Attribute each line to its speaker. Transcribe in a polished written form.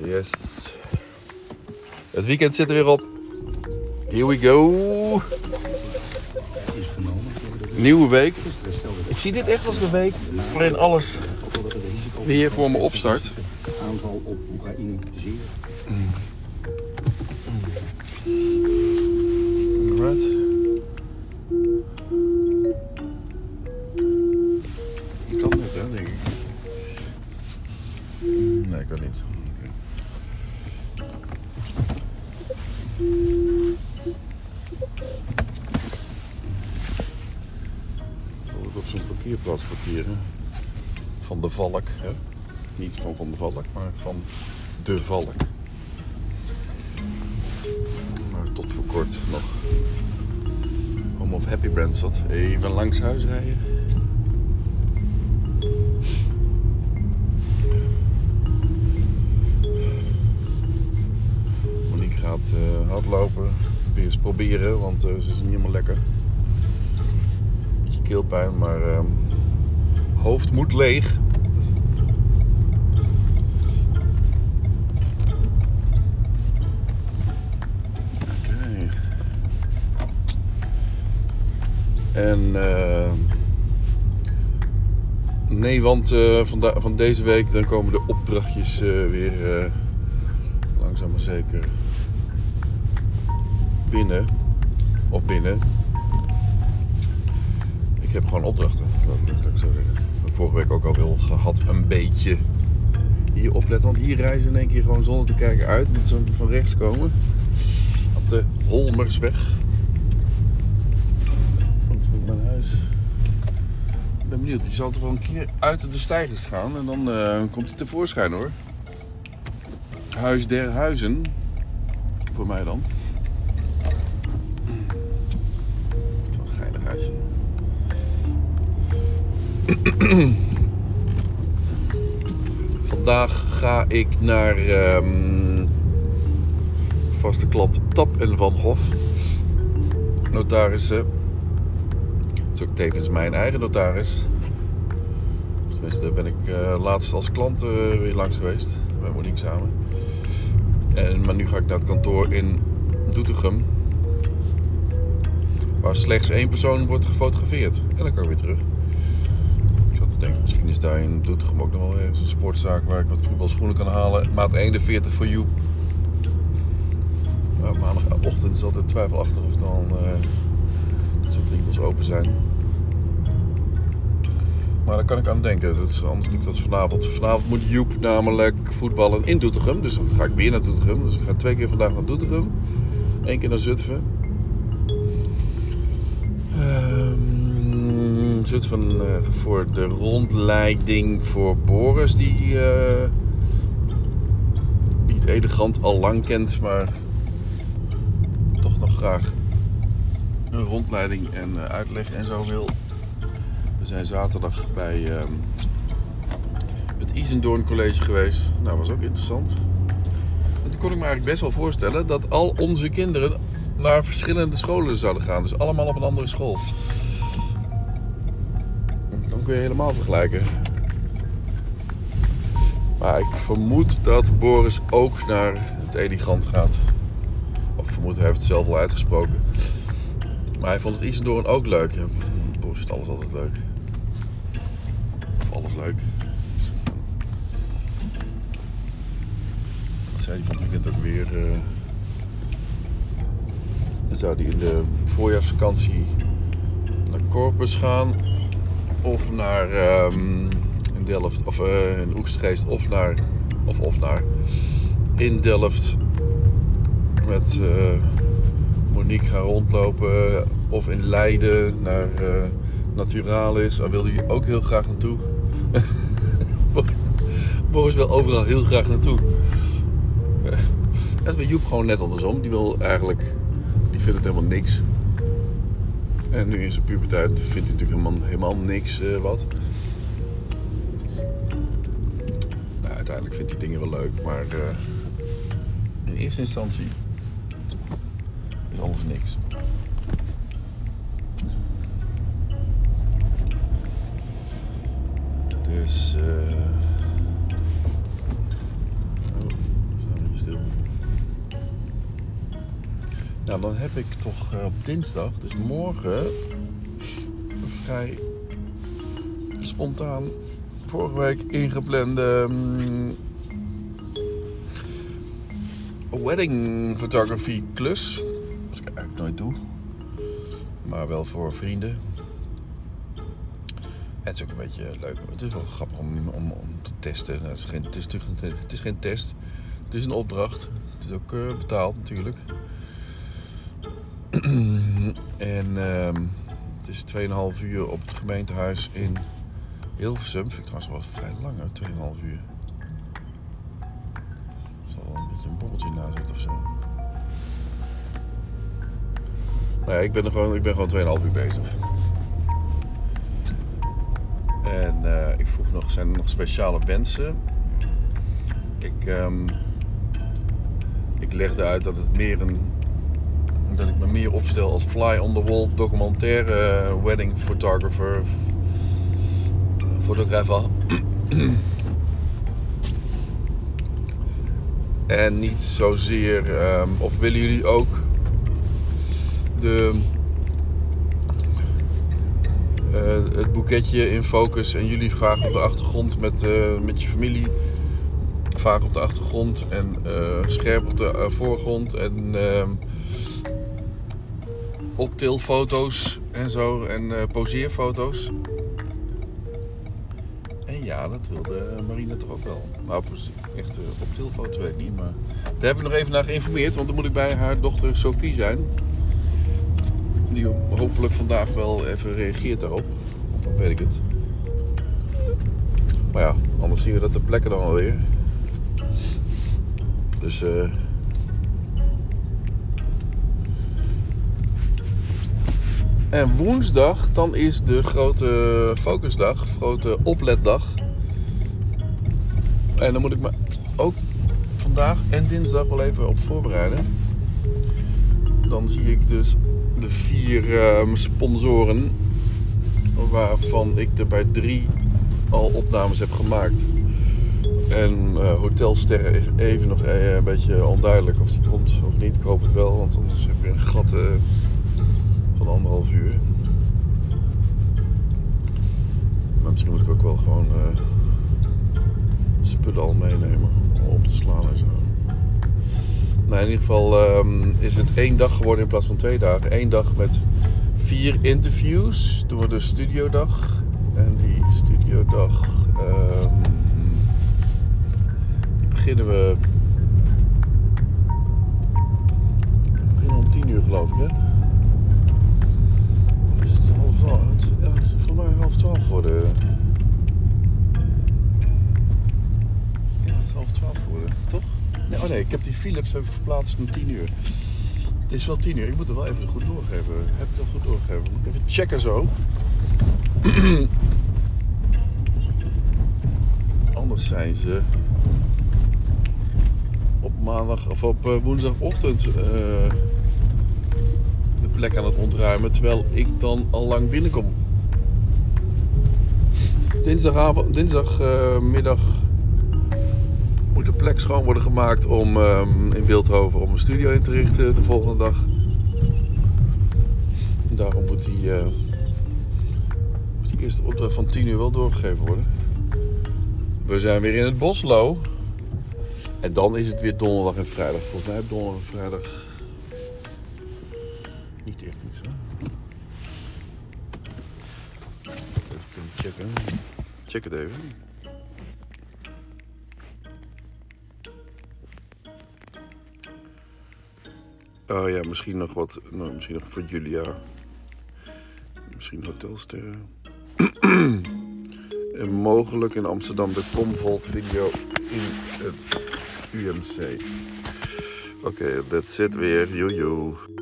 Speaker 1: Yes. Het weekend zit er weer op. Here we go. Nieuwe week. Ik zie dit echt als de week waarin alles weer voor me opstart.
Speaker 2: Aanval op Oekraïne zeer.
Speaker 1: Alright. Kan dit, hè, denk ik. Nee, kan niet. Okay. Zal ik op zo'n parkeerplaats parkeren? Van de Valk, hè? Niet van de Valk, maar van de Valk. Maar tot voor kort nog Home of Happy Brand zat. Even langs huis rijden. Monique gaat hardlopen. Weer eens proberen, want ze is niet helemaal lekker. Beetje keelpijn, maar hoofd moet leeg. En nee, want van deze week dan komen de opdrachtjes weer langzaam maar zeker binnen. Of binnen. Ik heb gewoon opdrachten, dat ik zo zeggen. Vorige week ook al wel gehad een beetje hier opletten. Want hier reizen in één keer gewoon zonder te kijken uit. Met zo'n van rechts komen. Op de Holmersweg. Mijn huis. Ik ben benieuwd, die zal toch wel een keer uit de steigers gaan en dan komt hij tevoorschijn hoor. Huis der huizen. Voor mij dan. Zo'n geinig huisje. Vandaag ga ik naar vaste klant Tap en Van Hof. Notarissen. Dat is ook tevens mijn eigen notaris. Of tenminste ben ik laatst als klant weer langs geweest. Bij Monique samen. Maar nu ga ik naar het kantoor in Doetinchem. Waar slechts 1 persoon wordt gefotografeerd. En dan kan ik weer terug. Ik zat te denken, misschien is daar in Doetinchem ook nog wel eens een sportzaak waar ik wat voetbalschoenen kan halen. Maat 41 voor Joep. Nou, maandagochtend is altijd twijfelachtig of dan zo'n winkels open zijn. Maar daar kan ik aan denken. Anders doe ik dat vanavond. Vanavond moet Joep namelijk voetballen in Doetinchem. Dus dan ga ik weer naar Doetinchem. Dus ik ga 2 keer vandaag naar Doetinchem. 1 keer naar Zutphen. Zutphen voor de rondleiding voor Boris. Die het elegant al lang kent. Maar toch nog graag een rondleiding en uitleg en zo wil. We zijn zaterdag bij het Isendoorn College geweest. Nou, was ook interessant. En toen kon ik me eigenlijk best wel voorstellen dat al onze kinderen naar verschillende scholen zouden gaan. Dus allemaal op een andere school. Dan kun je helemaal vergelijken. Maar ik vermoed dat Boris ook naar het Elegant gaat. Of vermoed, hij heeft het zelf al uitgesproken. Maar hij vond het Isendoorn ook leuk. Ja, Boris vindt alles altijd leuk. Of alles leuk. Dat zei hij van het weekend ook weer. Dan zou hij in de voorjaarsvakantie naar Corpus gaan. Of naar in Delft. Of in Oegstgeest. Of naar in Delft. Met Monique gaan rondlopen. Of in Leiden naar Naturalis. Daar wilde hij ook heel graag naartoe. Boris wil overal heel graag naartoe. Dat is bij Joep gewoon net andersom. Die wil eigenlijk, die vindt het helemaal niks. En nu in zijn puberteit vindt hij natuurlijk helemaal niks wat. Nou, uiteindelijk vindt hij dingen wel leuk, maar in eerste instantie is alles niks. Dus Nou, dan heb ik toch op dinsdag, dus morgen, vrij spontaan vorige week ingeplande wedding photography klus. Wat ik eigenlijk nooit doe, maar wel voor vrienden. Het is ook een beetje leuk. Het is wel grappig om te testen. Het is geen test. Het is een opdracht. Het is ook betaald natuurlijk. En het is 2,5 uur op het gemeentehuis in Hilversum. Vind ik trouwens wel vrij lang, 2,5 uur. Er zal wel een beetje een borreltje na zitten of zo. Nou ja, ik ben gewoon 2,5 uur bezig. En ik vroeg nog, zijn er nog speciale wensen? Ik legde uit dat het meer dat ik me meer opstel als fly-on-the-wall documentaire wedding photographer. En niet zozeer, of willen jullie ook het boeketje in focus en jullie vaak op de achtergrond met je familie, vaak op de achtergrond en scherp op de voorgrond en optilfoto's en zo en poseerfoto's. En ja, dat wilde Marina toch ook wel. Nou, echt optilfoto's weet ik niet, maar daar heb ik nog even naar geïnformeerd, want dan moet ik bij haar dochter Sophie zijn. Die hopelijk vandaag wel even reageert daarop. Dan weet ik het. Maar ja, anders zien we dat ter plekke dan alweer. Dus en woensdag, dan is de grote focusdag, grote opletdag. En dan moet ik me ook vandaag en dinsdag wel even op voorbereiden. Dan zie ik dus de 4 sponsoren, waarvan ik er bij 3 al opnames heb gemaakt. En Hotelsterren is even nog een beetje onduidelijk of die komt of niet. Ik hoop het wel, want anders heb je een gat van 1,5 uur. Maar misschien moet ik ook wel gewoon spullen al meenemen om op te slaan en zo. Nou, in ieder geval is het 1 dag geworden in plaats van 2 dagen. 1 dag met 4 interviews. Doen we de studiodag. En die studiodag die beginnen om 10 uur geloof ik, hè? Of is het 11:30? Ja, het is voor mij 11:30 geworden. Ja, het is 11:30 geworden, toch? Nee, oh nee, ik heb die Philips even verplaatst naar 10 uur. Het is wel 10 uur, ik moet het wel even goed doorgeven. Heb ik dat goed doorgegeven? Moet ik even checken zo. Anders zijn ze op maandag of op woensdagochtend de plek aan het ontruimen, terwijl ik dan al lang binnenkom. Dinsdagmiddag moet de plek schoon worden gemaakt om in Bilthoven om een studio in te richten de volgende dag. En daarom moet die eerste opdracht van 10 uur wel doorgegeven worden. We zijn weer in het Boslo. En dan is het weer donderdag en vrijdag. Volgens mij heb donderdag en vrijdag niet echt iets. Hè? Even kunnen checken. Check het even. Oh ja, misschien nog wat. Nou, misschien nog voor Julia. Misschien Hotelsterren. En mogelijk in Amsterdam de Comvault video in het UMC. Oké, that's it weer. Joejoe.